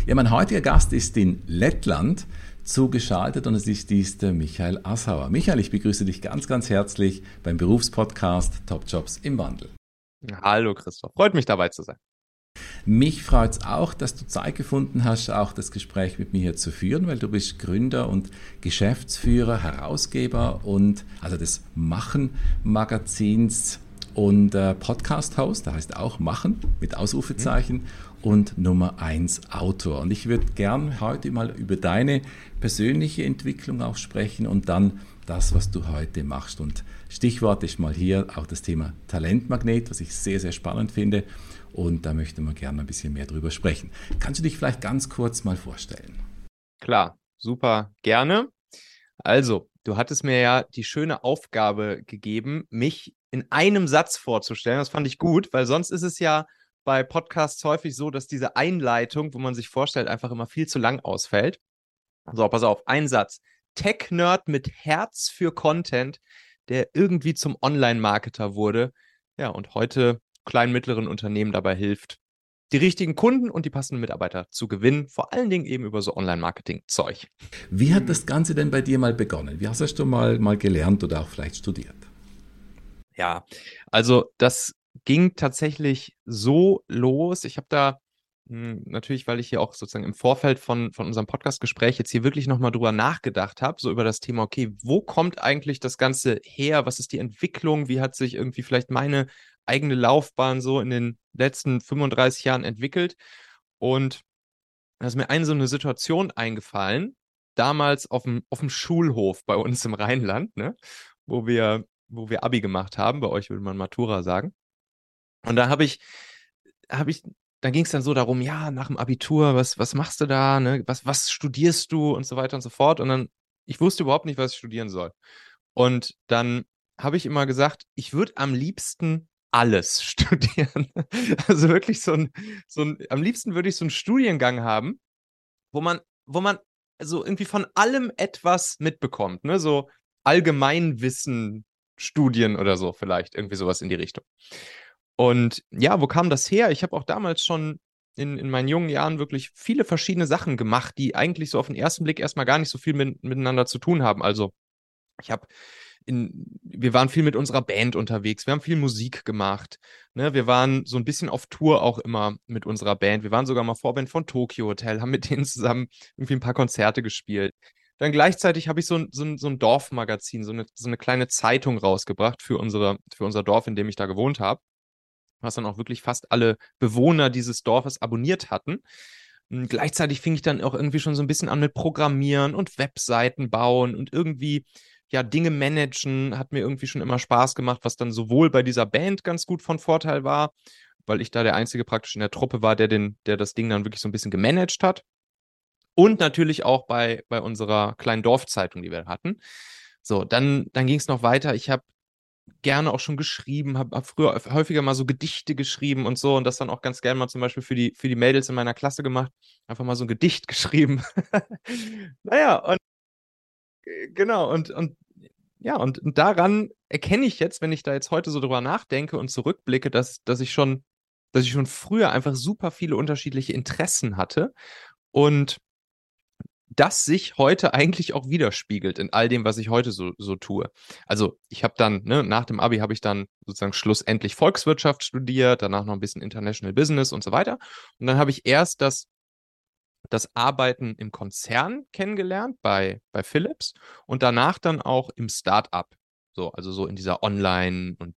Ja, mein heutiger Gast ist in Lettland zugeschaltet und es ist der Michael Assauer. Michael, ich begrüße dich ganz, ganz herzlich beim Berufspodcast Top Jobs im Wandel. Hallo Christoph, freut mich dabei zu sein. Mich freut es auch, dass du Zeit gefunden hast, auch das Gespräch mit mir hier zu führen, weil du bist Gründer und Geschäftsführer, Herausgeber und also des Machen-Magazins und Podcast-Host, da heißt auch Machen mit Ausrufezeichen und Nummer 1 Autor. Und ich würde gern heute mal über deine persönliche Entwicklung auch sprechen und dann das, was du heute machst. Und Stichwort ist mal hier auch das Thema Talentmagnet, was ich sehr, sehr spannend finde. Und da möchte man gerne ein bisschen mehr drüber sprechen. Kannst du dich vielleicht ganz kurz mal vorstellen? Klar, super gerne. Also, du hattest mir ja die schöne Aufgabe gegeben, mich in einem Satz vorzustellen. Das fand ich gut, weil sonst ist es ja bei Podcasts häufig so, dass diese Einleitung, wo man sich vorstellt, einfach immer viel zu lang ausfällt. So, pass auf, ein Satz. Tech-Nerd mit Herz für Content, der irgendwie zum Online-Marketer wurde. Ja, und heute kleinen, mittleren Unternehmen dabei hilft, die richtigen Kunden und die passenden Mitarbeiter zu gewinnen, vor allen Dingen eben über so Online-Marketing-Zeug. Wie hat das Ganze denn bei dir mal begonnen? Wie hast du mal gelernt oder auch vielleicht studiert? Ja, also das ging tatsächlich so los. Ich habe da natürlich, weil ich hier auch sozusagen im Vorfeld von unserem Podcast-Gespräch jetzt hier wirklich nochmal drüber nachgedacht habe, so über das Thema, okay, wo kommt eigentlich das Ganze her? Was ist die Entwicklung? Wie hat sich irgendwie vielleicht meine eigene Laufbahn so in den letzten 35 Jahren entwickelt? Und da ist mir so eine Situation eingefallen, damals auf dem Schulhof bei uns im Rheinland, ne, wo wir Abi gemacht haben. Bei euch würde man Matura sagen. Und da dann ging es dann so darum, ja, nach dem Abitur, was machst du da, ne? Was studierst du und so weiter und so fort. Und dann, ich wusste überhaupt nicht, was ich studieren soll. Und dann habe ich immer gesagt, ich würde am liebsten alles studieren. Also wirklich am liebsten würde ich so einen Studiengang haben, wo man so irgendwie von allem etwas mitbekommt, ne? So Allgemeinwissen, Studien oder so, vielleicht, irgendwie sowas in die Richtung. Und ja, wo kam das her? Ich habe auch damals schon in meinen jungen Jahren wirklich viele verschiedene Sachen gemacht, die eigentlich so auf den ersten Blick erstmal gar nicht so viel miteinander zu tun haben. Also ich habe wir waren viel mit unserer Band unterwegs, wir haben viel Musik gemacht, ne? Wir waren so ein bisschen auf Tour auch immer mit unserer Band. Wir waren sogar mal Vorband von Tokyo Hotel, haben mit denen zusammen irgendwie ein paar Konzerte gespielt. Dann gleichzeitig habe ich so ein Dorfmagazin, so eine kleine Zeitung rausgebracht für unser Dorf, in dem ich da gewohnt habe, was dann auch wirklich fast alle Bewohner dieses Dorfes abonniert hatten. Gleichzeitig fing ich dann auch irgendwie schon so ein bisschen an mit Programmieren und Webseiten bauen und irgendwie ja Dinge managen, hat mir irgendwie schon immer Spaß gemacht, was dann sowohl bei dieser Band ganz gut von Vorteil war, weil ich da der Einzige praktisch in der Truppe war, der das Ding dann wirklich so ein bisschen gemanagt hat. Und natürlich auch bei unserer kleinen Dorfzeitung, die wir hatten. So, dann ging es noch weiter. Ich habe gerne auch schon geschrieben, habe früher häufiger mal so Gedichte geschrieben und so und das dann auch ganz gerne mal zum Beispiel für die Mädels in meiner Klasse gemacht. Einfach mal so ein Gedicht geschrieben. Naja, und genau, und ja, und daran erkenne ich jetzt, wenn ich da jetzt heute so drüber nachdenke und zurückblicke, dass ich schon früher einfach super viele unterschiedliche Interessen hatte und das sich heute eigentlich auch widerspiegelt in all dem, was ich heute so tue. Also ich habe dann, ne, nach dem Abi habe ich dann sozusagen schlussendlich Volkswirtschaft studiert, danach noch ein bisschen International Business und so weiter. Und dann habe ich erst das Arbeiten im Konzern kennengelernt bei Philips und danach dann auch im Start-up. So, also so in dieser Online- und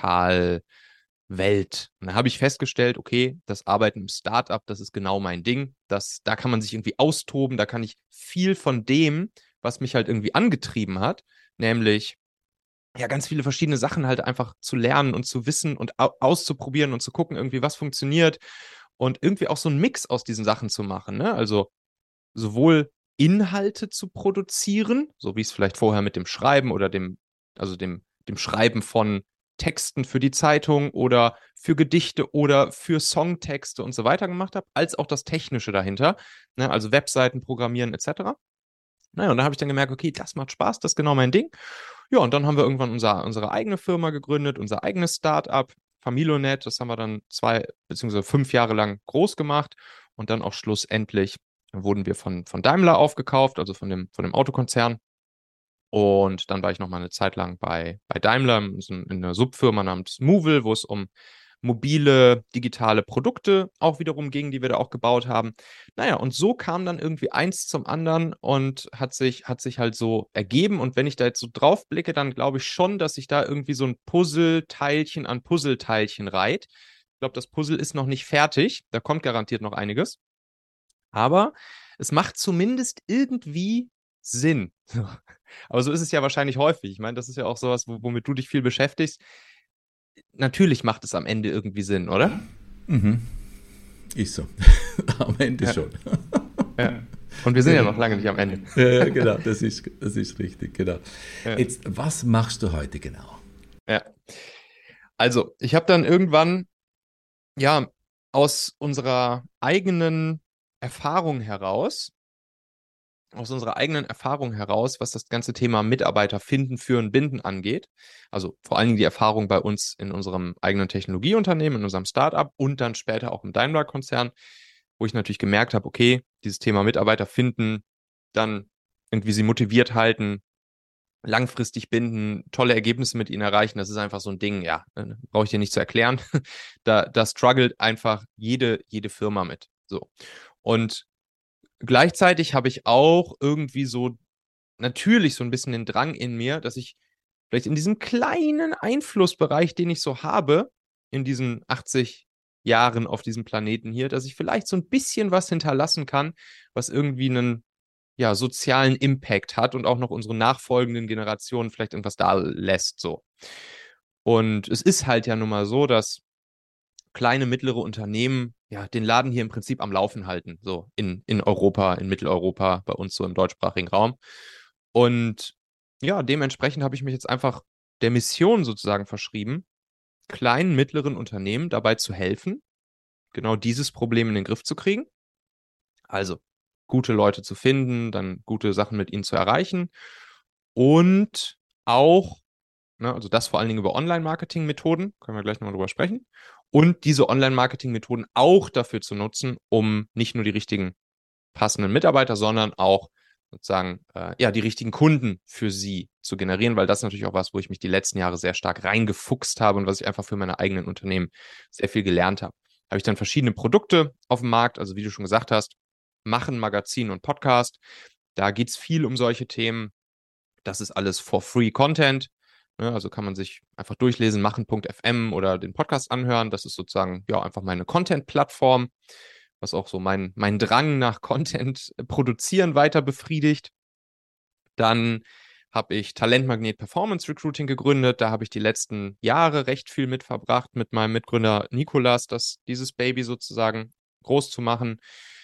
Digital-Welt. Und dann habe ich festgestellt, okay, das Arbeiten im Start-up, das ist genau mein Ding. Da kann man sich irgendwie austoben, da kann ich viel von dem, was mich halt irgendwie angetrieben hat, nämlich ja ganz viele verschiedene Sachen halt einfach zu lernen und zu wissen und auszuprobieren und zu gucken, irgendwie was funktioniert und irgendwie auch so einen Mix aus diesen Sachen zu machen, ne? Also sowohl Inhalte zu produzieren, so wie es vielleicht vorher mit dem Schreiben oder dem Schreiben von Texten für die Zeitung oder für Gedichte oder für Songtexte und so weiter gemacht habe, als auch das Technische dahinter, ne, also Webseiten programmieren etc. Naja, und da habe ich dann gemerkt, okay, das macht Spaß, das ist genau mein Ding. Ja, und dann haben wir irgendwann unsere eigene Firma gegründet, unser eigenes Start-up, Familonet, das haben wir dann 2 beziehungsweise 5 Jahre lang groß gemacht. und dann auch schlussendlich wurden wir von Daimler aufgekauft, also von dem Autokonzern. Und dann war ich noch mal eine Zeit lang bei Daimler in einer Subfirma namens Movil, wo es um mobile, digitale Produkte auch wiederum ging, die wir da auch gebaut haben. Naja, und so kam dann irgendwie eins zum anderen und hat sich halt so ergeben. Und wenn ich da jetzt so drauf blicke, dann glaube ich schon, dass sich da irgendwie so ein Puzzleteilchen an Puzzleteilchen reiht. Ich glaube, das Puzzle ist noch nicht fertig. Da kommt garantiert noch einiges. Aber es macht zumindest irgendwie Sinn. Aber so ist es ja wahrscheinlich häufig. Ich meine, das ist ja auch sowas, womit du dich viel beschäftigst. Natürlich macht es am Ende irgendwie Sinn, oder? Ist so. Am Ende Ja. schon. Ja. Und wir sind ja noch lange nicht am Ende. Ja, genau, das ist richtig, genau. Ja. Jetzt, was machst du heute genau? Ja. Also, ich habe dann irgendwann, ja, aus unserer eigenen Erfahrung heraus, was das ganze Thema Mitarbeiter finden, führen, binden angeht. Also vor allen Dingen die Erfahrung bei uns in unserem eigenen Technologieunternehmen, in unserem Startup und dann später auch im Daimler-Konzern, wo ich natürlich gemerkt habe, okay, dieses Thema Mitarbeiter finden, dann irgendwie sie motiviert halten, langfristig binden, tolle Ergebnisse mit ihnen erreichen, das ist einfach so ein Ding, ja, brauche ich dir nicht zu erklären. Da struggelt einfach jede Firma mit. So. Und gleichzeitig habe ich auch irgendwie so natürlich so ein bisschen den Drang in mir, dass ich vielleicht in diesem kleinen Einflussbereich, den ich so habe, in diesen 80 Jahren auf diesem Planeten hier, dass ich vielleicht so ein bisschen was hinterlassen kann, was irgendwie einen ja, sozialen Impact hat und auch noch unsere nachfolgenden Generationen vielleicht irgendwas da lässt, so. Und es ist halt ja nun mal so, dass kleine, mittlere Unternehmen ja den Laden hier im Prinzip am Laufen halten, so in Europa, in Mitteleuropa, bei uns so im deutschsprachigen Raum. Und ja, dementsprechend habe ich mich jetzt einfach der Mission sozusagen verschrieben, kleinen, mittleren Unternehmen dabei zu helfen, genau dieses Problem in den Griff zu kriegen. Also gute Leute zu finden, dann gute Sachen mit ihnen zu erreichen und auch, ne, also das vor allen Dingen über Online-Marketing-Methoden, können wir gleich nochmal drüber sprechen, und diese Online-Marketing-Methoden auch dafür zu nutzen, um nicht nur die richtigen passenden Mitarbeiter, sondern auch sozusagen ja, die richtigen Kunden für sie zu generieren, weil das ist natürlich auch was, wo ich mich die letzten Jahre sehr stark reingefuchst habe und was ich einfach für meine eigenen Unternehmen sehr viel gelernt habe. Habe ich dann verschiedene Produkte auf dem Markt, also wie du schon gesagt hast, Machen, Magazin und Podcast. Da geht es viel um solche Themen. Das ist alles for free Content. Ne? Also kann man sich einfach durchlesen, machen.fm oder den Podcast anhören. Das ist sozusagen ja einfach meine Content-Plattform, was auch so mein Drang nach Content produzieren weiter befriedigt. Dann habe ich Talentmagnet Performance Recruiting gegründet. Da habe ich die letzten Jahre recht viel mit verbracht mit meinem Mitgründer Nikolas, dieses Baby sozusagen groß zu machen.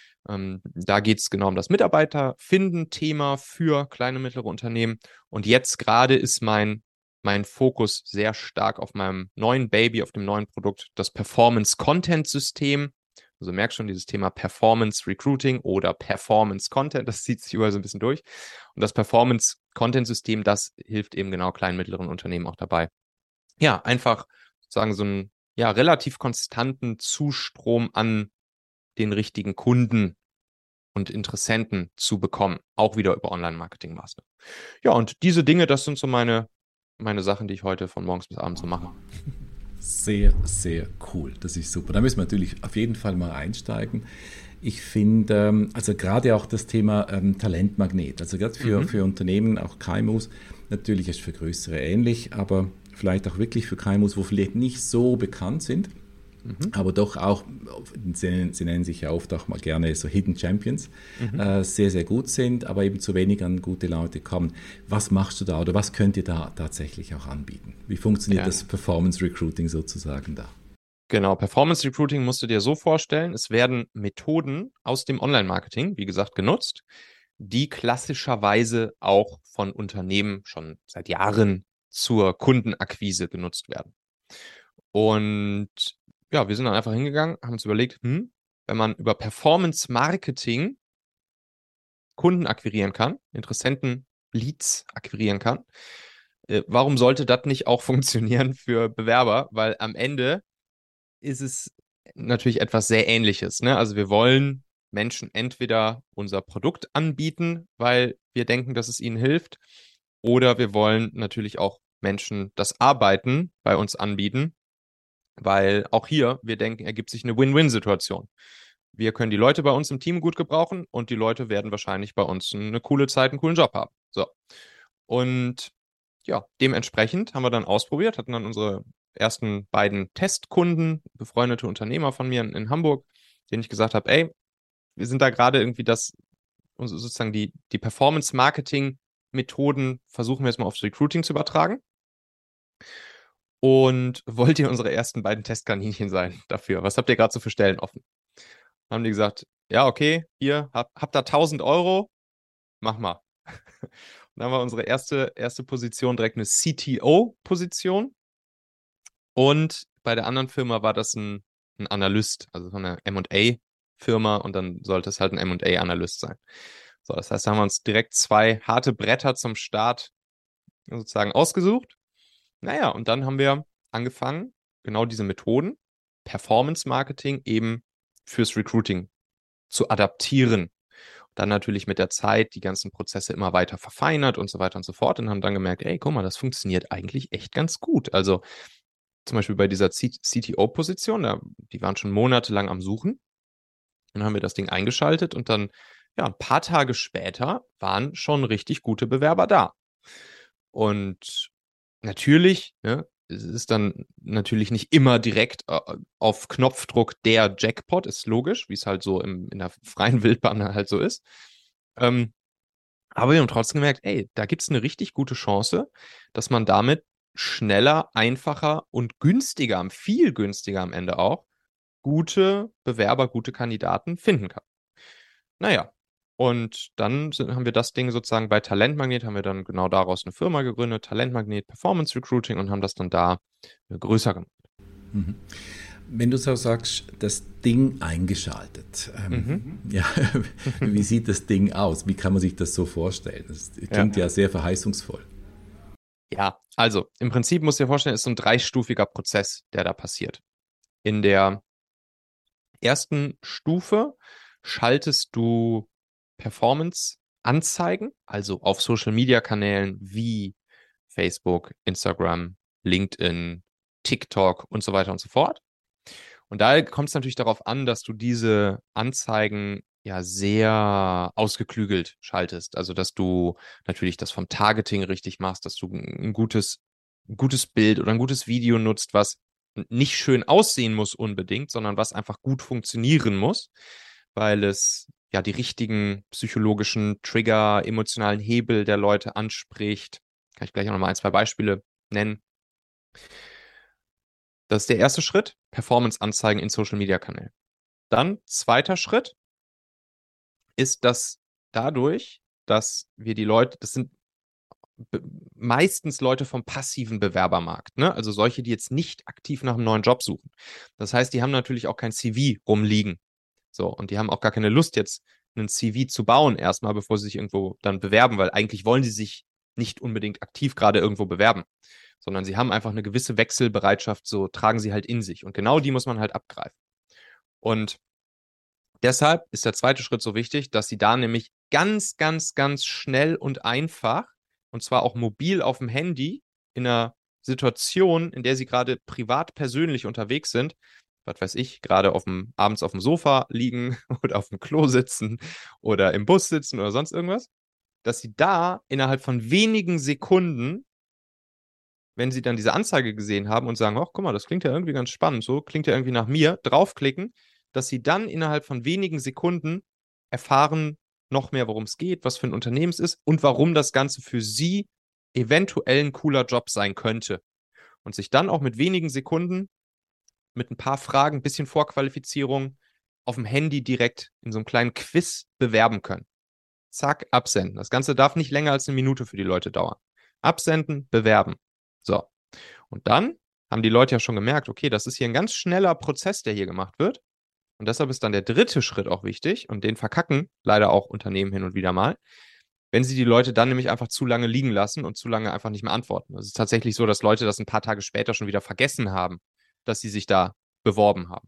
Da geht es genau um das Mitarbeiterfinden-Thema für kleine, mittlere Unternehmen. Und jetzt gerade ist mein Fokus sehr stark auf meinem neuen Baby, auf dem neuen Produkt, das Performance-Content-System. Also merkst schon, dieses Thema Performance Recruiting oder Performance Content, das zieht sich überall so ein bisschen durch. Und das Performance Content System, das hilft eben genau kleinen, mittleren Unternehmen auch dabei. Ja, einfach sozusagen so einen ja, relativ konstanten Zustrom an den richtigen Kunden und Interessenten zu bekommen, auch wieder über Online-Marketing-Maßnahmen. Ja, und diese Dinge, das sind so meine Sachen, die ich heute von morgens bis abends so mache. Sehr, sehr cool. Das ist super. Da müssen wir natürlich auf jeden Fall mal einsteigen. Ich finde, also gerade auch das Thema Talentmagnet, also gerade für Unternehmen, auch KMUs, natürlich ist für größere ähnlich, aber vielleicht auch wirklich für KMUs, wo vielleicht nicht so bekannt sind, aber doch auch, sie nennen sich ja oft auch mal gerne so Hidden Champions, sehr, sehr gut sind, aber eben zu wenig an gute Leute kommen. Was machst du da oder was könnt ihr da tatsächlich auch anbieten? Wie funktioniert das Performance Recruiting sozusagen da? Genau, Performance Recruiting musst du dir so vorstellen, es werden Methoden aus dem Online-Marketing, wie gesagt, genutzt, die klassischerweise auch von Unternehmen schon seit Jahren zur Kundenakquise genutzt werden. Und ja, wir sind dann einfach hingegangen, haben uns überlegt, wenn man über Performance Marketing Kunden akquirieren kann, Interessenten, Leads akquirieren kann, warum sollte das nicht auch funktionieren für Bewerber? Weil am Ende ist es natürlich etwas sehr Ähnliches, ne? Also wir wollen Menschen entweder unser Produkt anbieten, weil wir denken, dass es ihnen hilft, oder wir wollen natürlich auch Menschen das Arbeiten bei uns anbieten, weil auch hier, wir denken, ergibt sich eine Win-Win-Situation. Wir können die Leute bei uns im Team gut gebrauchen und die Leute werden wahrscheinlich bei uns eine coole Zeit, einen coolen Job haben. So. Und ja, dementsprechend haben wir dann ausprobiert, hatten dann unsere ersten beiden Testkunden, befreundete Unternehmer von mir in Hamburg, denen ich gesagt habe, ey, wir sind da gerade irgendwie sozusagen die Performance-Marketing-Methoden versuchen wir jetzt mal aufs Recruiting zu übertragen. Und wollt ihr unsere ersten beiden Testkaninchen sein dafür? Was habt ihr gerade so für Stellen offen? Haben die gesagt, ja, okay, hier, habt da 1.000 Euro, mach mal. Und dann haben wir unsere erste Position direkt eine CTO-Position. Und bei der anderen Firma war das ein Analyst, also von einer M&A-Firma und dann sollte es halt ein M&A-Analyst sein. So, das heißt, da haben wir uns direkt 2 harte Bretter zum Start sozusagen ausgesucht. Naja, und dann haben wir angefangen, genau diese Methoden, Performance Marketing eben fürs Recruiting zu adaptieren. Dann natürlich mit der Zeit die ganzen Prozesse immer weiter verfeinert und so weiter und so fort und haben dann gemerkt, ey, guck mal, das funktioniert eigentlich echt ganz gut. Also zum Beispiel bei dieser CTO-Position, die waren schon monatelang am Suchen. Dann haben wir das Ding eingeschaltet und dann, ja, ein paar Tage später waren schon richtig gute Bewerber da. Und natürlich, ne, es ist dann natürlich nicht immer direkt auf Knopfdruck der Jackpot, ist logisch, wie es halt so in der freien Wildbahn halt so ist. Aber wir haben trotzdem gemerkt, ey, da gibt es eine richtig gute Chance, dass man damit schneller, einfacher und günstiger, viel günstiger am Ende auch, gute Bewerber, gute Kandidaten finden kann. Naja, und dann haben wir das Ding sozusagen bei Talentmagnet, haben wir dann genau daraus eine Firma gegründet, Talentmagnet Performance Recruiting und haben das dann da größer gemacht. Mhm. Wenn du so sagst, das Ding eingeschaltet, ja, wie sieht das Ding aus? Wie kann man sich das so vorstellen? Das klingt ja sehr verheißungsvoll. Ja, also im Prinzip musst du dir vorstellen, ist so ein dreistufiger Prozess, der da passiert. In der ersten Stufe schaltest du Performance-Anzeigen, also auf Social-Media-Kanälen wie Facebook, Instagram, LinkedIn, TikTok und so weiter und so fort. Und da kommt es natürlich darauf an, dass du diese Anzeigen ja sehr ausgeklügelt schaltest. Also, dass du natürlich das vom Targeting richtig machst, dass du ein gutes Bild oder ein gutes Video nutzt, was nicht schön aussehen muss unbedingt, sondern was einfach gut funktionieren muss, weil es ja die richtigen psychologischen Trigger, emotionalen Hebel der Leute anspricht. Kann ich gleich auch noch mal 1, 2 Beispiele nennen. Das ist der erste Schritt, Performance-Anzeigen in Social-Media-Kanälen. Dann, zweiter Schritt, ist, dass dadurch, dass wir die Leute, das sind meistens Leute vom passiven Bewerbermarkt, ne? Also solche, die jetzt nicht aktiv nach einem neuen Job suchen. Das heißt, die haben natürlich auch kein CV rumliegen. So, und die haben auch gar keine Lust, jetzt einen CV zu bauen, erstmal, bevor sie sich irgendwo dann bewerben, weil eigentlich wollen sie sich nicht unbedingt aktiv gerade irgendwo bewerben, sondern sie haben einfach eine gewisse Wechselbereitschaft, so tragen sie halt in sich. Und genau die muss man halt abgreifen. Und deshalb ist der zweite Schritt so wichtig, dass sie da nämlich ganz, ganz, ganz schnell und einfach, und zwar auch mobil auf dem Handy, in einer Situation, in der sie gerade privat persönlich unterwegs sind, was weiß ich, gerade abends auf dem Sofa liegen oder auf dem Klo sitzen oder im Bus sitzen oder sonst irgendwas, dass sie da innerhalb von wenigen Sekunden, wenn sie dann diese Anzeige gesehen haben und sagen, ach, guck mal, das klingt ja irgendwie ganz spannend, so klingt ja irgendwie nach mir, draufklicken, dass sie dann innerhalb von wenigen Sekunden erfahren noch mehr, worum es geht, was für ein Unternehmen es ist und warum das Ganze für sie eventuell ein cooler Job sein könnte. Und sich dann auch mit wenigen Sekunden, mit ein paar Fragen, ein bisschen Vorqualifizierung auf dem Handy direkt in so einem kleinen Quiz bewerben können. Zack, absenden. Das Ganze darf nicht länger als eine Minute für die Leute dauern. Absenden, bewerben. So. Und dann haben die Leute ja schon gemerkt, okay, das ist hier ein ganz schneller Prozess, der hier gemacht wird. Und deshalb ist dann der dritte Schritt auch wichtig und den verkacken leider auch Unternehmen hin und wieder mal, wenn sie die Leute dann nämlich einfach zu lange liegen lassen und zu lange einfach nicht mehr antworten. Es ist tatsächlich so, dass Leute das ein paar Tage später schon wieder vergessen haben, dass sie sich da beworben haben.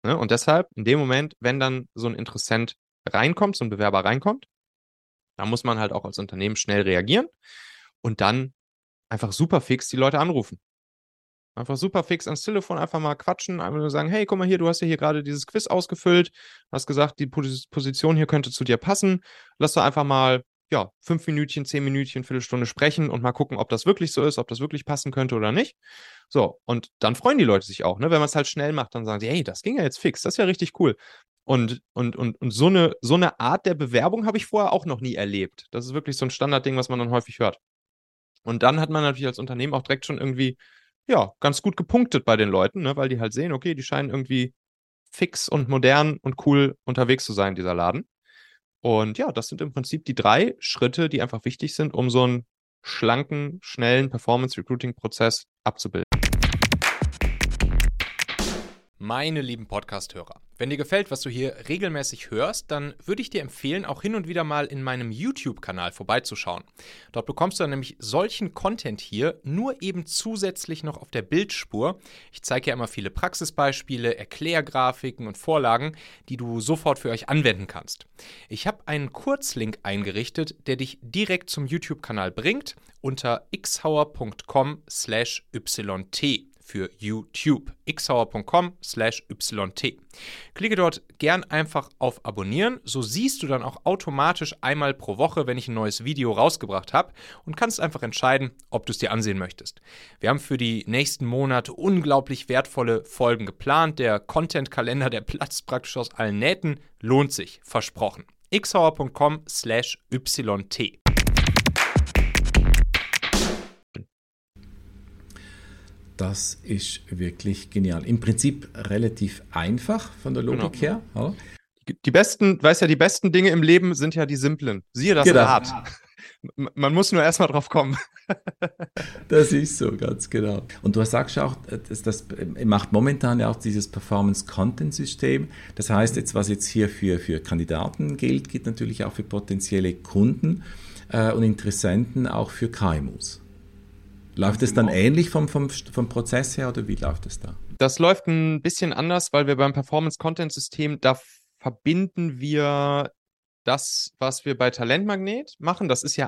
Ne? Und deshalb, in dem Moment, wenn dann so ein Interessent reinkommt, so ein Bewerber reinkommt, da muss man halt auch als Unternehmen schnell reagieren und dann einfach super fix die Leute anrufen. Einfach super fix ans Telefon, einfach mal quatschen, einfach nur sagen, hey, guck mal hier, du hast ja hier gerade dieses Quiz ausgefüllt, hast gesagt, die Position hier könnte zu dir passen. Lass doch einfach mal, ja, 5 Minütchen, 10 Minütchen, Viertelstunde sprechen und mal gucken, ob das wirklich so ist, ob das wirklich passen könnte oder nicht. So, und dann freuen die Leute sich auch, ne? Wenn man es halt schnell macht, dann sagen sie, hey, das ging ja jetzt fix, das ist ja richtig cool. Und so eine Art der Bewerbung habe ich vorher auch noch nie erlebt. Das ist wirklich so ein Standardding, was man dann häufig hört. Und dann hat man natürlich als Unternehmen auch direkt schon irgendwie, ja, ganz gut gepunktet bei den Leuten, ne, weil die halt sehen, okay, die scheinen irgendwie fix und modern und cool unterwegs zu sein, dieser Laden. Und ja, das sind im Prinzip die 3 Schritte, die einfach wichtig sind, um so einen schlanken, schnellen Performance-Recruiting-Prozess abzubilden. Meine lieben Podcast-Hörer, wenn dir gefällt, was du hier regelmäßig hörst, dann würde ich dir empfehlen, auch hin und wieder mal in meinem YouTube-Kanal vorbeizuschauen. Dort bekommst du dann nämlich solchen Content hier nur eben zusätzlich noch auf der Bildspur. Ich zeige ja immer viele Praxisbeispiele, Erklärgrafiken und Vorlagen, die du sofort für euch anwenden kannst. Ich habe einen Kurzlink eingerichtet, der dich direkt zum YouTube-Kanal bringt unter xhauer.com/yt. Für YouTube. xhauer.com/yt. Klicke dort gern einfach auf Abonnieren, so siehst du dann auch automatisch einmal pro Woche, wenn ich ein neues Video rausgebracht habe und kannst einfach entscheiden, ob du es dir ansehen möchtest. Wir haben für die nächsten Monate unglaublich wertvolle Folgen geplant. Der Content-Kalender, der platzt praktisch aus allen Nähten, lohnt sich, versprochen. xhauer.com/yt. Das ist wirklich genial. Im Prinzip relativ einfach von der Logik her. Ja. Die besten Dinge im Leben sind ja die simplen. Siehe das Rad. Man muss nur erstmal drauf kommen. Das ist so, ganz genau. Und du sagst auch, das macht momentan ja auch dieses Performance-Content-System. Das heißt, jetzt, was jetzt hier für Kandidaten gilt, gilt natürlich auch für potenzielle Kunden und Interessenten, auch für KMUs. Läuft es dann ähnlich vom Prozess her oder wie läuft es da? Das läuft ein bisschen anders, weil wir beim Performance-Content-System, da verbinden wir das, was wir bei Talentmagnet machen. Das ist ja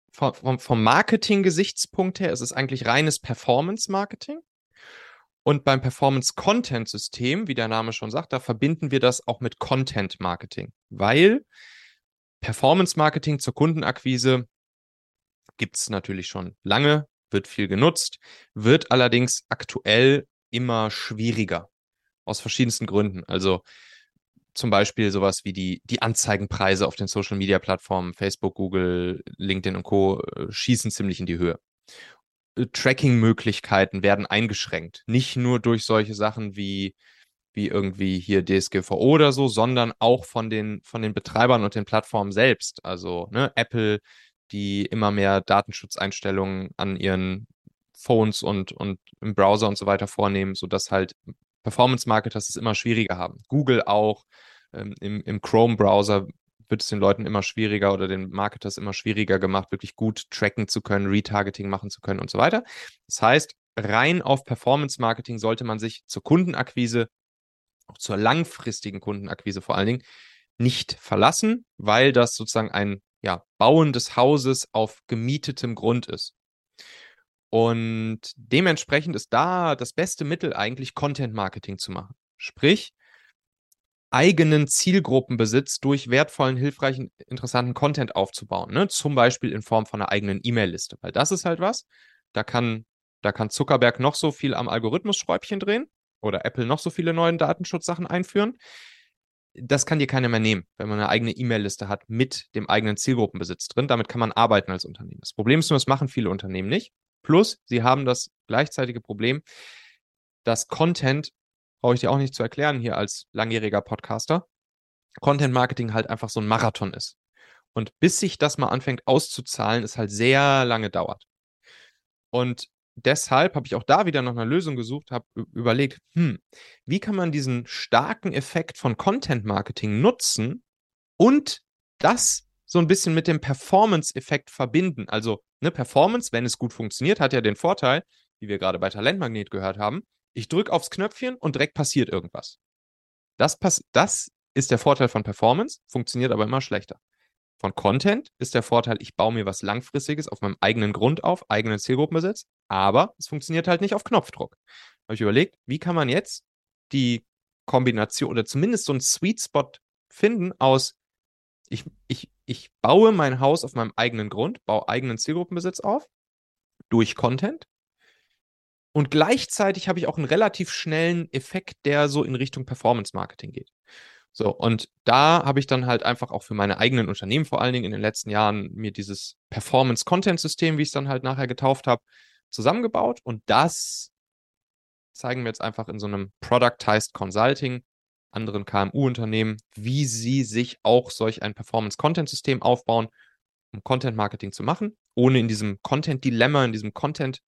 vom Marketing-Gesichtspunkt her, ist es eigentlich reines Performance-Marketing. Und beim Performance-Content-System, wie der Name schon sagt, da verbinden wir das auch mit Content-Marketing, weil Performance-Marketing zur Kundenakquise gibt es natürlich schon lange, wird viel genutzt, wird allerdings aktuell immer schwieriger. Aus verschiedensten Gründen. Also zum Beispiel sowas wie die Anzeigenpreise auf den Social-Media-Plattformen, Facebook, Google, LinkedIn und Co. Schießen ziemlich in die Höhe. Tracking-Möglichkeiten werden eingeschränkt. Nicht nur durch solche Sachen wie irgendwie hier DSGVO oder so, sondern auch von den Betreibern und den Plattformen selbst. Also ne, Apple, die immer mehr Datenschutzeinstellungen an ihren Phones und im Browser und so weiter vornehmen, sodass halt Performance-Marketers es immer schwieriger haben. Google auch, im Chrome-Browser wird es den Leuten immer schwieriger oder den Marketers immer schwieriger gemacht, wirklich gut tracken zu können, Retargeting machen zu können und so weiter. Das heißt, rein auf Performance-Marketing sollte man sich zur Kundenakquise, auch zur langfristigen Kundenakquise vor allen Dingen, nicht verlassen, weil das sozusagen ein Bauen des Hauses auf gemietetem Grund ist. Und dementsprechend ist da das beste Mittel eigentlich, Content-Marketing zu machen. Sprich, eigenen Zielgruppenbesitz durch wertvollen, hilfreichen, interessanten Content aufzubauen. Ne? Zum Beispiel in Form von einer eigenen E-Mail-Liste. Weil das ist halt was, da kann Zuckerberg noch so viel am Algorithmus-Schräubchen drehen oder Apple noch so viele neue Datenschutzsachen einführen. Das kann dir keiner mehr nehmen, wenn man eine eigene E-Mail-Liste hat mit dem eigenen Zielgruppenbesitz drin. Damit kann man arbeiten als Unternehmen. Das Problem ist nur, das machen viele Unternehmen nicht. Plus, sie haben das gleichzeitige Problem, dass Content, brauche ich dir auch nicht zu erklären hier als langjähriger Podcaster, Content-Marketing halt einfach so ein Marathon ist. Und bis sich das mal anfängt auszuzahlen, es halt sehr lange dauert. Und deshalb habe ich auch da wieder nach einer Lösung gesucht, habe überlegt, wie kann man diesen starken Effekt von Content-Marketing nutzen und das so ein bisschen mit dem Performance-Effekt verbinden. Also eine Performance, wenn es gut funktioniert, hat ja den Vorteil, wie wir gerade bei Talentmagnet gehört haben, ich drücke aufs Knöpfchen und direkt passiert irgendwas. Das ist der Vorteil von Performance, funktioniert aber immer schlechter. Von Content ist der Vorteil, ich baue mir was Langfristiges auf meinem eigenen Grund auf, eigenen Zielgruppenbesitz, aber es funktioniert halt nicht auf Knopfdruck. Habe ich überlegt, wie kann man jetzt die Kombination oder zumindest so einen Sweet Spot finden aus, ich baue mein Haus auf meinem eigenen Grund, baue eigenen Zielgruppenbesitz auf, durch Content. Und gleichzeitig habe ich auch einen relativ schnellen Effekt, der so in Richtung Performance-Marketing geht. So, und da habe ich dann halt einfach auch für meine eigenen Unternehmen vor allen Dingen in den letzten Jahren mir dieses Performance-Content-System, wie ich es dann halt nachher getauft habe, zusammengebaut. Und das zeigen wir jetzt einfach in so einem Productized Consulting anderen KMU-Unternehmen, wie sie sich auch solch ein Performance-Content-System aufbauen, um Content-Marketing zu machen, ohne in diesem Content-Dilemma, in diesem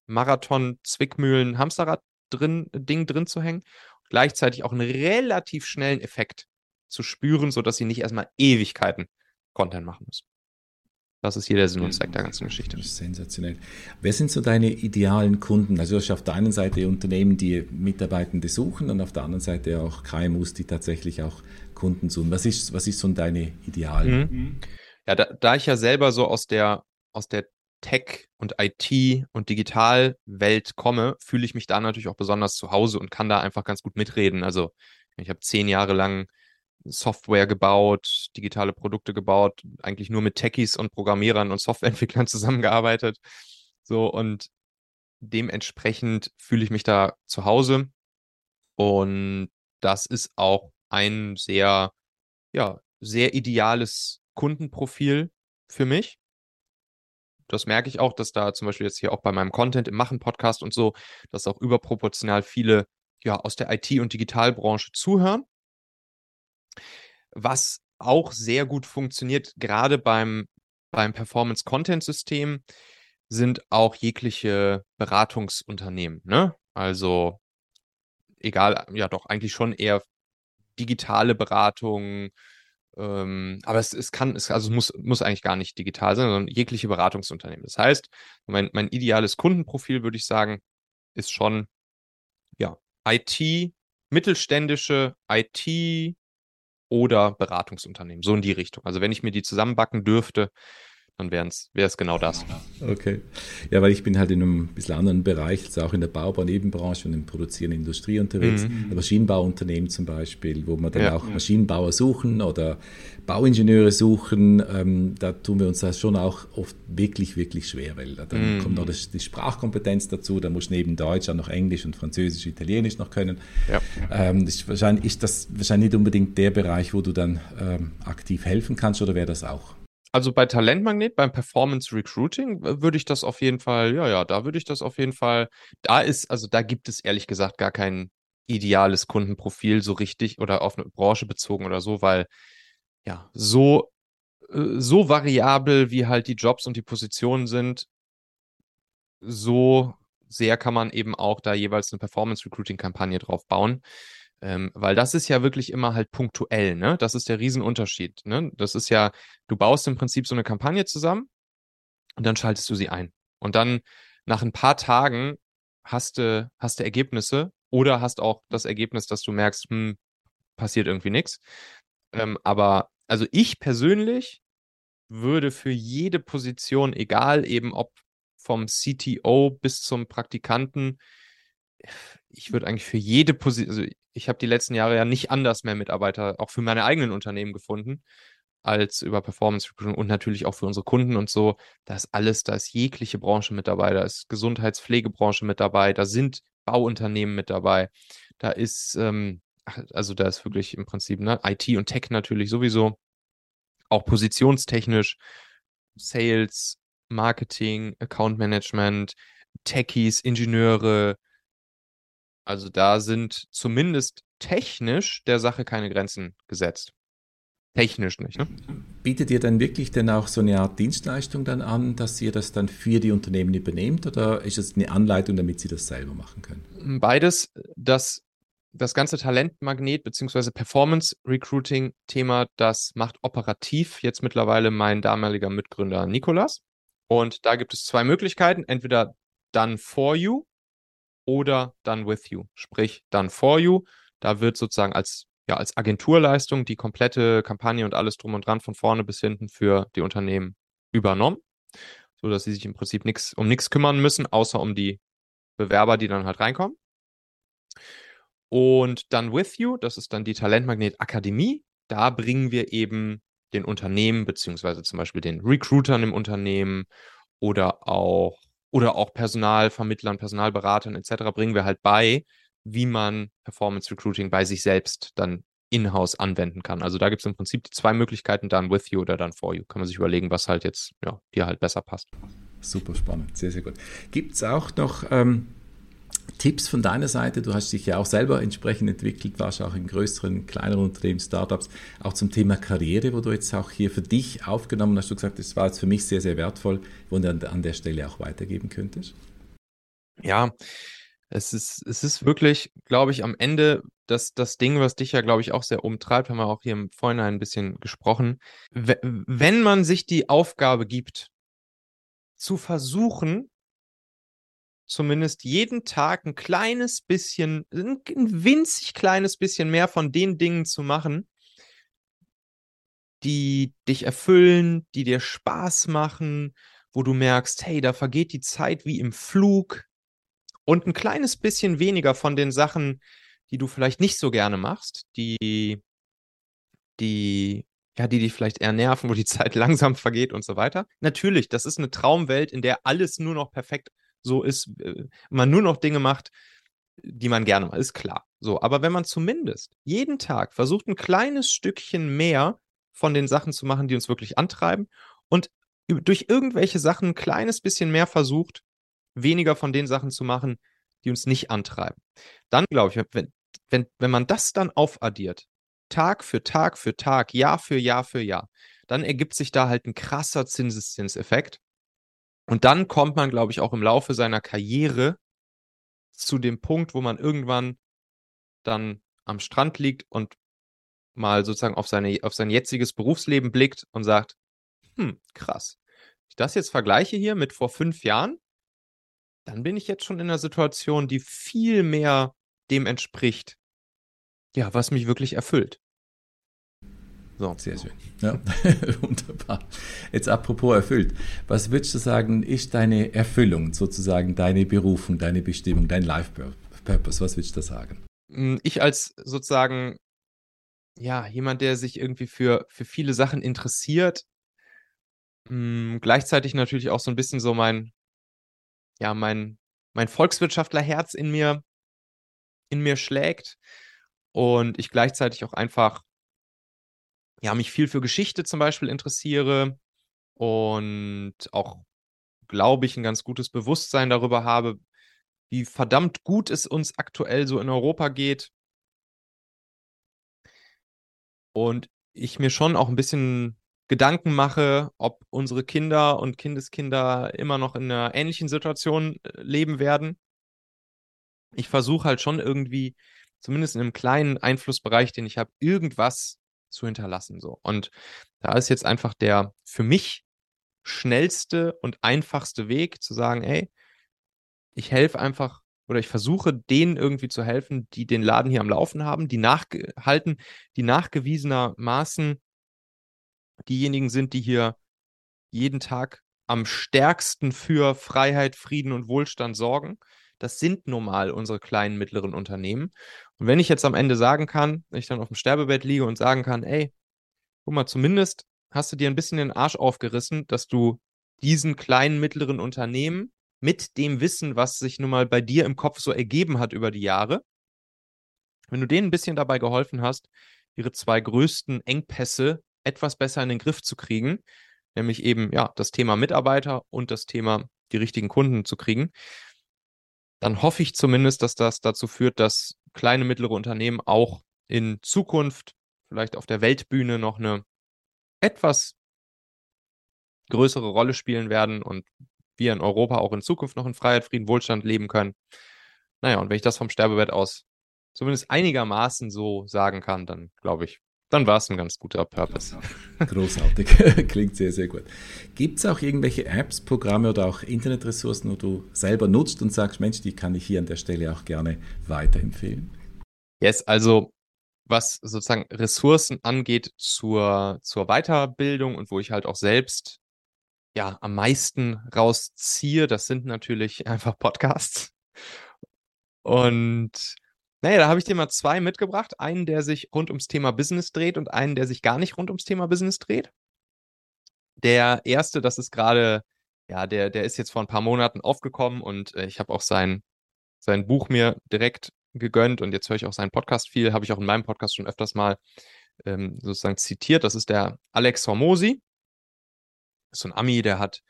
Content-Marathon-Zwickmühlen-Hamsterrad-Ding drin zu hängen, gleichzeitig auch einen relativ schnellen Effekt zu spüren, sodass sie nicht erstmal Ewigkeiten Content machen müssen. Das ist hier der Sinn und Zweck der ganzen Geschichte. Das ist sensationell. Wer sind so deine idealen Kunden? Also du hast auf der einen Seite Unternehmen, die Mitarbeitende suchen und auf der anderen Seite auch KMUs, die tatsächlich auch Kunden suchen. Was ist so deine Idealen? Ja, da ich ja selber so aus der Tech- und IT- und Digitalwelt komme, fühle ich mich da natürlich auch besonders zu Hause und kann da einfach ganz gut mitreden. Also ich habe 10 Jahre lang Software gebaut, digitale Produkte gebaut, eigentlich nur mit Techies und Programmierern und Softwareentwicklern zusammengearbeitet. So, und dementsprechend fühle ich mich da zu Hause. Und das ist auch ein sehr ideales Kundenprofil für mich. Das merke ich auch, dass da zum Beispiel jetzt hier auch bei meinem Content im Machen-Podcast und so, dass auch überproportional viele aus der IT- und Digitalbranche zuhören. Was auch sehr gut funktioniert, gerade beim Performance-Content-System, sind auch jegliche Beratungsunternehmen, ne? Also egal, ja doch, eigentlich schon eher digitale Beratung, aber es muss eigentlich gar nicht digital sein, sondern jegliche Beratungsunternehmen. Das heißt, mein ideales Kundenprofil, würde ich sagen, ist schon IT, mittelständische IT oder Beratungsunternehmen, so in die Richtung. Also wenn ich mir die zusammenbacken dürfte, dann wäre es genau das. Okay. Ja, weil ich bin halt in einem bisschen anderen Bereich, also auch in der Nebenbranche und in der produzierenden Industrie unterwegs. Maschinenbauunternehmen zum Beispiel, wo wir dann auch Maschinenbauer suchen oder Bauingenieure suchen. Da tun wir uns das schon auch oft wirklich, wirklich schwer, weil dann kommt noch die Sprachkompetenz dazu, da muss neben Deutsch auch noch Englisch und Französisch, Italienisch noch können. Ja. Ist das wahrscheinlich nicht unbedingt der Bereich, wo du dann aktiv helfen kannst, oder wäre das auch? Also bei Talentmagnet, beim Performance Recruiting würde ich das auf jeden Fall, da würde ich das auf jeden Fall, da gibt es ehrlich gesagt gar kein ideales Kundenprofil so richtig oder auf eine Branche bezogen oder so, weil so variabel wie halt die Jobs und die Positionen sind, so sehr kann man eben auch da jeweils eine Performance Recruiting Kampagne drauf bauen. Weil das ist ja wirklich immer halt punktuell, ne? Das ist der Riesenunterschied, ne? Das ist ja, du baust im Prinzip so eine Kampagne zusammen und dann schaltest du sie ein. Und dann nach ein paar Tagen hast du Ergebnisse oder hast auch das Ergebnis, dass du merkst, passiert irgendwie nichts. Aber also ich persönlich würde für jede Position, egal eben ob vom CTO bis zum Praktikanten, ich würde eigentlich für jede Position, also ich habe die letzten Jahre ja nicht anders mehr Mitarbeiter auch für meine eigenen Unternehmen gefunden, als über Performance Recruiting und natürlich auch für unsere Kunden und so. Da ist jegliche Branche mit dabei, da ist Gesundheitspflegebranche mit dabei, da sind Bauunternehmen mit dabei, da ist, da ist wirklich im Prinzip, ne, IT und Tech natürlich sowieso, auch positionstechnisch, Sales, Marketing, Account Management, Techies, Ingenieure. Also da sind zumindest technisch der Sache keine Grenzen gesetzt. Technisch nicht, ne? Bietet ihr dann wirklich dann auch so eine Art Dienstleistung dann an, dass ihr das dann für die Unternehmen übernehmt, oder ist es eine Anleitung, damit sie das selber machen können? Beides. Das ganze Talentmagnet bzw. Performance Recruiting Thema, das macht operativ jetzt mittlerweile mein damaliger Mitgründer Nikolas. Und da gibt es 2 Möglichkeiten, entweder done for you oder done with you. Sprich, done for you, da wird sozusagen als als Agenturleistung die komplette Kampagne und alles drum und dran von vorne bis hinten für die Unternehmen übernommen, sodass sie sich im Prinzip um nichts kümmern müssen, außer um die Bewerber, die dann halt reinkommen. Und dann With You, das ist dann die Talentmagnet Akademie. Da bringen wir eben den Unternehmen, beziehungsweise zum Beispiel den Recruitern im Unternehmen oder auch Personalvermittlern, Personalberatern etc. bringen wir halt bei, wie man Performance Recruiting bei sich selbst dann in-house anwenden kann. Also da gibt es im Prinzip die 2 Möglichkeiten, dann With You oder dann For You. Kann man sich überlegen, was halt jetzt dir halt besser passt. Super spannend, sehr, sehr gut. Gibt es auch noch Tipps von deiner Seite? Du hast dich ja auch selber entsprechend entwickelt, warst auch in größeren, kleineren Unternehmen, Startups, auch zum Thema Karriere, wo du jetzt auch hier für dich aufgenommen hast. Du gesagt, das war jetzt für mich sehr, sehr wertvoll, wo du an der Stelle auch weitergeben könntest. Ja, es ist wirklich, glaube ich, am Ende das Ding, was dich ja, glaube ich, auch sehr umtreibt, haben wir auch hier im Vorhinein ein bisschen gesprochen. Wenn man sich die Aufgabe gibt, zu versuchen, zumindest jeden Tag ein winzig kleines bisschen mehr von den Dingen zu machen, die dich erfüllen, die dir Spaß machen, wo du merkst, hey, da vergeht die Zeit wie im Flug, und ein kleines bisschen weniger von den Sachen, die du vielleicht nicht so gerne machst, die dich vielleicht eher nerven, wo die Zeit langsam vergeht und so weiter. Natürlich, das ist eine Traumwelt, in der alles nur noch perfekt so ist, man nur noch Dinge macht, die man gerne macht, ist klar. So, aber wenn man zumindest jeden Tag versucht, ein kleines Stückchen mehr von den Sachen zu machen, die uns wirklich antreiben, und durch irgendwelche Sachen ein kleines bisschen mehr versucht, weniger von den Sachen zu machen, die uns nicht antreiben, dann glaube ich, wenn man das dann aufaddiert, Tag für Tag für Tag, Jahr für Jahr für Jahr, dann ergibt sich da halt ein krasser Zinseszinseffekt. Und dann kommt man, glaube ich, auch im Laufe seiner Karriere zu dem Punkt, wo man irgendwann dann am Strand liegt und mal sozusagen auf sein jetziges Berufsleben blickt und sagt, krass, wenn ich das jetzt vergleiche hier mit vor 5 Jahren, dann bin ich jetzt schon in einer Situation, die viel mehr dem entspricht, ja, was mich wirklich erfüllt. So. Sehr schön. Ja, wunderbar. Jetzt apropos erfüllt. Was würdest du sagen, ist deine Erfüllung, sozusagen deine Berufung, deine Bestimmung, dein Life Purpose? Was würdest du sagen? Ich als sozusagen, ja, jemand, der sich irgendwie für viele Sachen interessiert, gleichzeitig natürlich auch so ein bisschen so mein Volkswirtschaftlerherz in mir schlägt und ich gleichzeitig auch einfach mich viel für Geschichte zum Beispiel interessiere und auch, glaube ich, ein ganz gutes Bewusstsein darüber habe, wie verdammt gut es uns aktuell so in Europa geht. Und ich mir schon auch ein bisschen Gedanken mache, ob unsere Kinder und Kindeskinder immer noch in einer ähnlichen Situation leben werden. Ich versuche halt schon irgendwie, zumindest in einem kleinen Einflussbereich, den ich habe, irgendwas zu hinterlassen. So. Und da ist jetzt einfach der für mich schnellste und einfachste Weg zu sagen, ey, ich helfe einfach oder ich versuche denen irgendwie zu helfen, die den Laden hier am Laufen haben, die nachgewiesenermaßen diejenigen sind, die hier jeden Tag am stärksten für Freiheit, Frieden und Wohlstand sorgen. Das sind nun mal unsere kleinen, mittleren Unternehmen. Und wenn ich jetzt am Ende sagen kann, wenn ich dann auf dem Sterbebett liege und sagen kann, ey, guck mal, zumindest hast du dir ein bisschen den Arsch aufgerissen, dass du diesen kleinen, mittleren Unternehmen mit dem Wissen, was sich nun mal bei dir im Kopf so ergeben hat über die Jahre, wenn du denen ein bisschen dabei geholfen hast, ihre 2 größten Engpässe etwas besser in den Griff zu kriegen, nämlich eben das Thema Mitarbeiter und das Thema die richtigen Kunden zu kriegen, dann hoffe ich zumindest, dass das dazu führt, dass kleine, mittlere Unternehmen auch in Zukunft vielleicht auf der Weltbühne noch eine etwas größere Rolle spielen werden und wir in Europa auch in Zukunft noch in Freiheit, Frieden, Wohlstand leben können. Naja, und wenn ich das vom Sterbebett aus zumindest einigermaßen so sagen kann, dann glaube ich, dann war es ein ganz guter Purpose. Großartig, klingt sehr, sehr gut. Gibt es auch irgendwelche Apps, Programme oder auch Internetressourcen, wo du selber nutzt und sagst, Mensch, die kann ich hier an der Stelle auch gerne weiterempfehlen? Yes, also was sozusagen Ressourcen angeht zur Weiterbildung und wo ich halt auch selbst ja am meisten rausziehe, das sind natürlich einfach Podcasts. Und naja, da habe ich dir mal 2 mitgebracht. Einen, der sich rund ums Thema Business dreht und einen, der sich gar nicht rund ums Thema Business dreht. Der erste, das ist gerade, ja, der ist jetzt vor ein paar Monaten aufgekommen und ich habe auch sein Buch mir direkt gegönnt und jetzt höre ich auch seinen Podcast viel, habe ich auch in meinem Podcast schon öfters mal sozusagen zitiert. Das ist der Alex Hormozi. Das ist so ein Ami,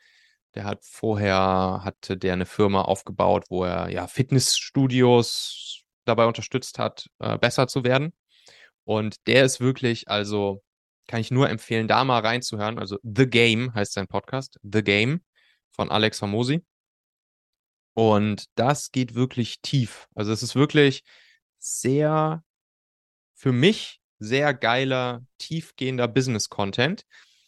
hatte der eine Firma aufgebaut, wo er ja Fitnessstudios dabei unterstützt hat, besser zu werden. Und der ist wirklich, also kann ich nur empfehlen, da mal reinzuhören. Also The Game heißt sein Podcast, The Game von Alex Hormozi. Und das geht wirklich tief. Also es ist wirklich sehr, für mich, sehr geiler, tiefgehender Business-Content,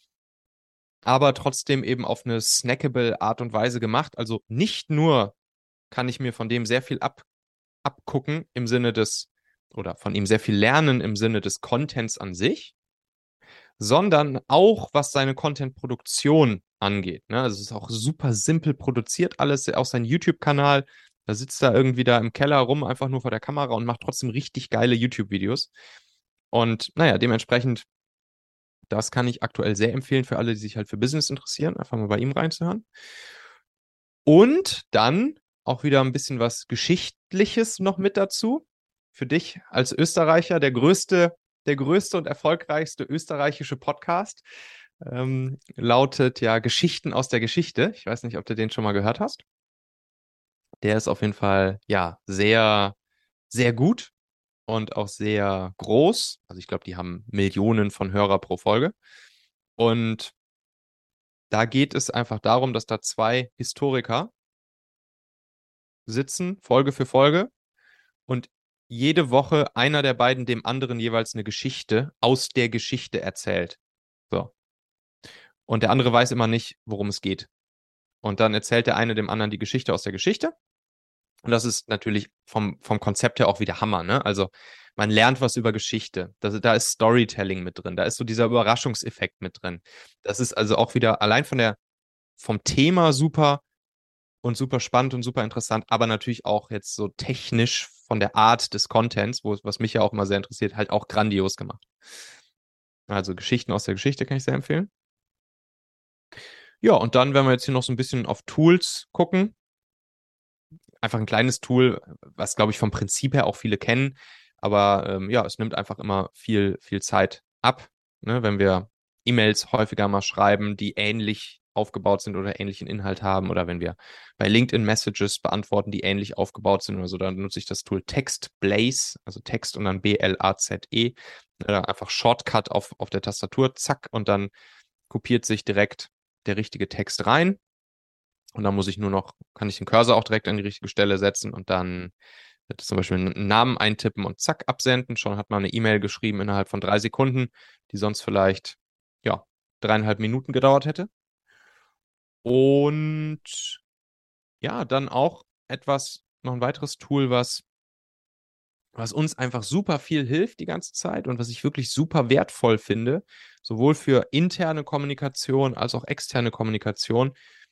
aber trotzdem eben auf eine snackable Art und Weise gemacht. Also nicht nur kann ich mir von dem sehr viel abgucken im Sinne oder von ihm sehr viel lernen im Sinne des Contents an sich, sondern auch was seine Content-Produktion angeht. Ne? Also es ist auch super simpel produziert alles, auch sein YouTube-Kanal. Da sitzt er irgendwie da im Keller rum, einfach nur vor der Kamera und macht trotzdem richtig geile YouTube-Videos. Und naja, dementsprechend, das kann ich aktuell sehr empfehlen für alle, die sich halt für Business interessieren, einfach mal bei ihm reinzuhören. Und dann auch wieder ein bisschen was Geschichtliches noch mit dazu. Für dich als Österreicher, der größte und erfolgreichste österreichische Podcast lautet ja Geschichten aus der Geschichte. Ich weiß nicht, ob du den schon mal gehört hast. Der ist auf jeden Fall ja sehr, sehr gut und auch sehr groß. Also ich glaube, die haben Millionen von Hörer pro Folge. Und da geht es einfach darum, dass da 2 Historiker sitzen, Folge für Folge, und jede Woche einer der beiden dem anderen jeweils eine Geschichte aus der Geschichte erzählt. So. Und der andere weiß immer nicht, worum es geht. Und dann erzählt der eine dem anderen die Geschichte aus der Geschichte. Und das ist natürlich vom Konzept her auch wieder Hammer, ne? Also man lernt was über Geschichte. Da ist Storytelling mit drin. Da ist so dieser Überraschungseffekt mit drin. Das ist also auch wieder allein vom Thema super und super spannend und super interessant, aber natürlich auch jetzt so technisch von der Art des Contents, was mich ja auch immer sehr interessiert, halt auch grandios gemacht. Also Geschichten aus der Geschichte kann ich sehr empfehlen. Ja, und dann, wenn wir jetzt hier noch so ein bisschen auf Tools gucken, einfach ein kleines Tool, was, glaube ich, vom Prinzip her auch viele kennen, aber ja, es nimmt einfach immer viel, viel Zeit ab, ne? Wenn wir E-Mails häufiger mal schreiben, die ähnlich aufgebaut sind oder ähnlichen Inhalt haben, oder wenn wir bei LinkedIn Messages beantworten, die ähnlich aufgebaut sind oder so, dann nutze ich das Tool TextBlaze, also Text und dann BLAZE, einfach Shortcut auf der Tastatur, zack, und dann kopiert sich direkt der richtige Text rein. Und dann kann ich den Cursor auch direkt an die richtige Stelle setzen und dann zum Beispiel einen Namen eintippen und zack, absenden. Schon hat man eine E-Mail geschrieben innerhalb von 3 Sekunden, die sonst vielleicht, ja, 3,5 Minuten gedauert hätte. Und ja, dann auch noch ein weiteres Tool, was uns einfach super viel hilft die ganze Zeit und was ich wirklich super wertvoll finde, sowohl für interne Kommunikation als auch externe Kommunikation,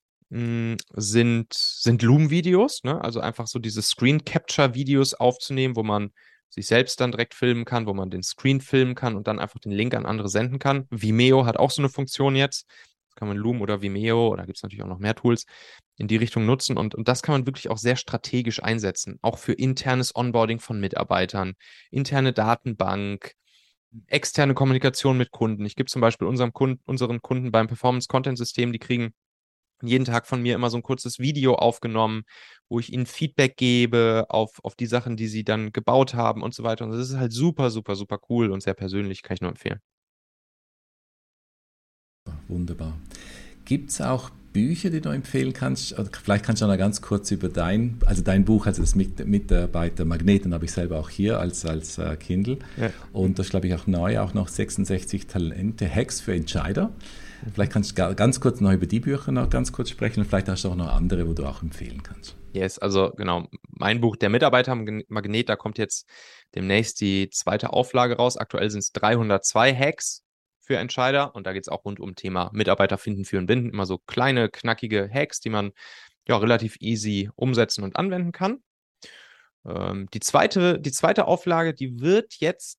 sind Loom-Videos, ne? Also einfach so diese Screen-Capture-Videos aufzunehmen, wo man sich selbst dann direkt filmen kann, wo man den Screen filmen kann und dann einfach den Link an andere senden kann. Vimeo hat auch so eine Funktion jetzt. Das kann man Loom oder Vimeo, oder gibt es natürlich auch noch mehr Tools, in die Richtung nutzen. Und das kann man wirklich auch sehr strategisch einsetzen. Auch für internes Onboarding von Mitarbeitern, interne Datenbank, externe Kommunikation mit Kunden. Ich gebe zum Beispiel unseren Kunden beim Performance-Content-System, die kriegen jeden Tag von mir immer so ein kurzes Video aufgenommen, wo ich ihnen Feedback gebe auf die Sachen, die sie dann gebaut haben und so weiter. Und das ist halt super, super, super cool und sehr persönlich, kann ich nur empfehlen. Wunderbar. Gibt es auch Bücher, die du empfehlen kannst? Oder vielleicht kannst du noch ganz kurz über dein Buch, also das Mitarbeitermagnet, habe ich selber auch hier als Kindle. Ja. Und das glaube ich auch neu, auch noch 66 Talente, Hacks für Entscheider. Vielleicht kannst du ganz kurz noch über die Bücher noch ganz kurz sprechen und vielleicht hast du auch noch andere, wo du auch empfehlen kannst. Yes, also genau, mein Buch, der Mitarbeitermagnet, da kommt jetzt demnächst die zweite Auflage raus. Aktuell sind es 302 Hacks für Entscheider und da geht es auch rund um Thema Mitarbeiter finden, führen, binden. Immer so kleine, knackige Hacks, die man ja relativ easy umsetzen und anwenden kann. Die zweite Auflage, die wird jetzt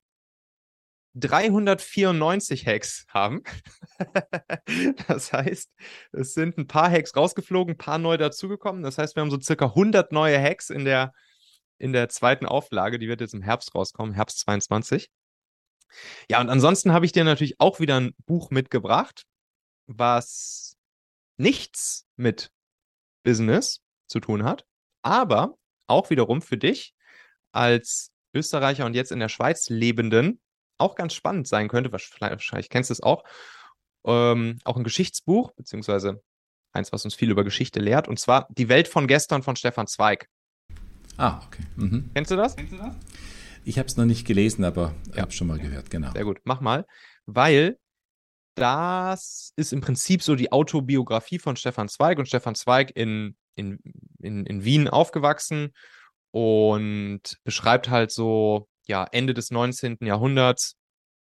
394 Hacks haben. Das heißt, es sind ein paar Hacks rausgeflogen, ein paar neu dazugekommen. Das heißt, wir haben so circa 100 neue Hacks in der zweiten Auflage. Die wird jetzt im Herbst rauskommen, Herbst 22. Ja, und ansonsten habe ich dir natürlich auch wieder ein Buch mitgebracht, was nichts mit Business zu tun hat, aber auch wiederum für dich als Österreicher und jetzt in der Schweiz Lebenden auch ganz spannend sein könnte. Wahrscheinlich kennst du es auch. Auch ein Geschichtsbuch, beziehungsweise eins, was uns viel über Geschichte lehrt, und zwar Die Welt von gestern von Stefan Zweig. Okay. Mhm. Kennst du das? Ich habe es noch nicht gelesen, aber ich habe es schon mal gehört, genau. Sehr gut, mach mal. Weil das ist im Prinzip so die Autobiografie von Stefan Zweig und Stefan Zweig in Wien aufgewachsen und beschreibt halt so, ja, Ende des 19. Jahrhunderts,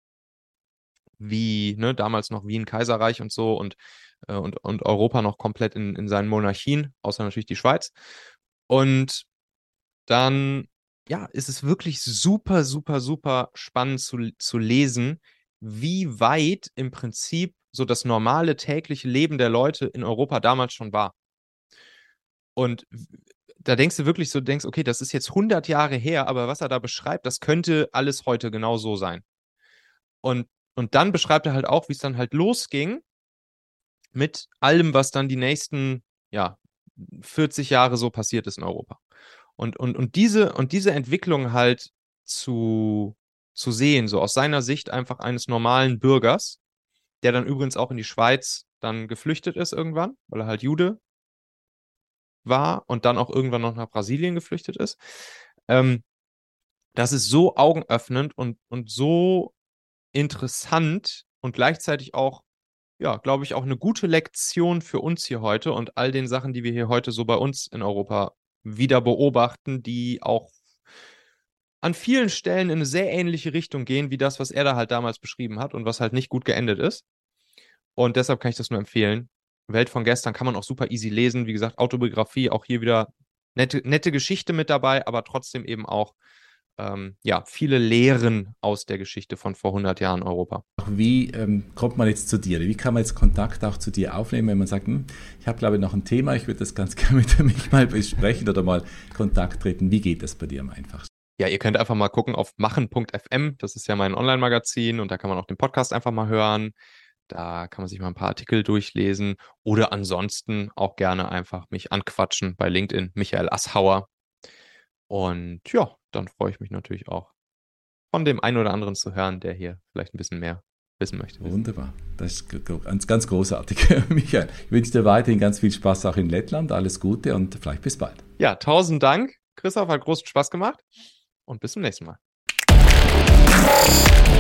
wie, ne, damals noch Wien, Kaiserreich und so und Europa noch komplett in seinen Monarchien, außer natürlich die Schweiz. Und dann, ja, ist es wirklich super, super, super spannend zu lesen, wie weit im Prinzip so das normale tägliche Leben der Leute in Europa damals schon war. Und da denkst du wirklich so, okay, das ist jetzt 100 Jahre her, aber was er da beschreibt, das könnte alles heute genau so sein. Und dann beschreibt er halt auch, wie es dann halt losging mit allem, was dann die nächsten, ja, 40 Jahre so passiert ist in Europa. Und diese Entwicklung halt zu sehen, so aus seiner Sicht einfach eines normalen Bürgers, der dann übrigens auch in die Schweiz dann geflüchtet ist irgendwann, weil er halt Jude war und dann auch irgendwann noch nach Brasilien geflüchtet ist. Das ist so augenöffnend und so interessant und gleichzeitig auch, ja, glaube ich, auch eine gute Lektion für uns hier heute und all den Sachen, die wir hier heute so bei uns in Europa wieder beobachten, die auch an vielen Stellen in eine sehr ähnliche Richtung gehen, wie das, was er da halt damals beschrieben hat und was halt nicht gut geendet ist. Und deshalb kann ich das nur empfehlen. Welt von gestern kann man auch super easy lesen. Wie gesagt, Autobiografie, auch hier wieder nette Geschichte mit dabei, aber trotzdem eben auch ja, viele Lehren aus der Geschichte von vor 100 Jahren Europa. Wie kommt man jetzt zu dir? Wie kann man jetzt Kontakt auch zu dir aufnehmen, wenn man sagt, ich habe, glaube ich, noch ein Thema, ich würde das ganz gerne mit mich mal besprechen oder mal Kontakt treten. Wie geht das bei dir am einfachsten? Ja, ihr könnt einfach mal gucken auf machen.fm. Das ist ja mein Online-Magazin und da kann man auch den Podcast einfach mal hören. Da kann man sich mal ein paar Artikel durchlesen oder ansonsten auch gerne einfach mich anquatschen bei LinkedIn, Michael Asshauer. Und ja, dann freue ich mich natürlich auch, von dem einen oder anderen zu hören, der hier vielleicht ein bisschen mehr wissen möchte. Wunderbar. Das ist ganz großartig, Michael. Ich wünsche dir weiterhin ganz viel Spaß auch in Lettland. Alles Gute und vielleicht bis bald. Ja, 1000 Dank. Christoph, hat großen Spaß gemacht und bis zum nächsten Mal.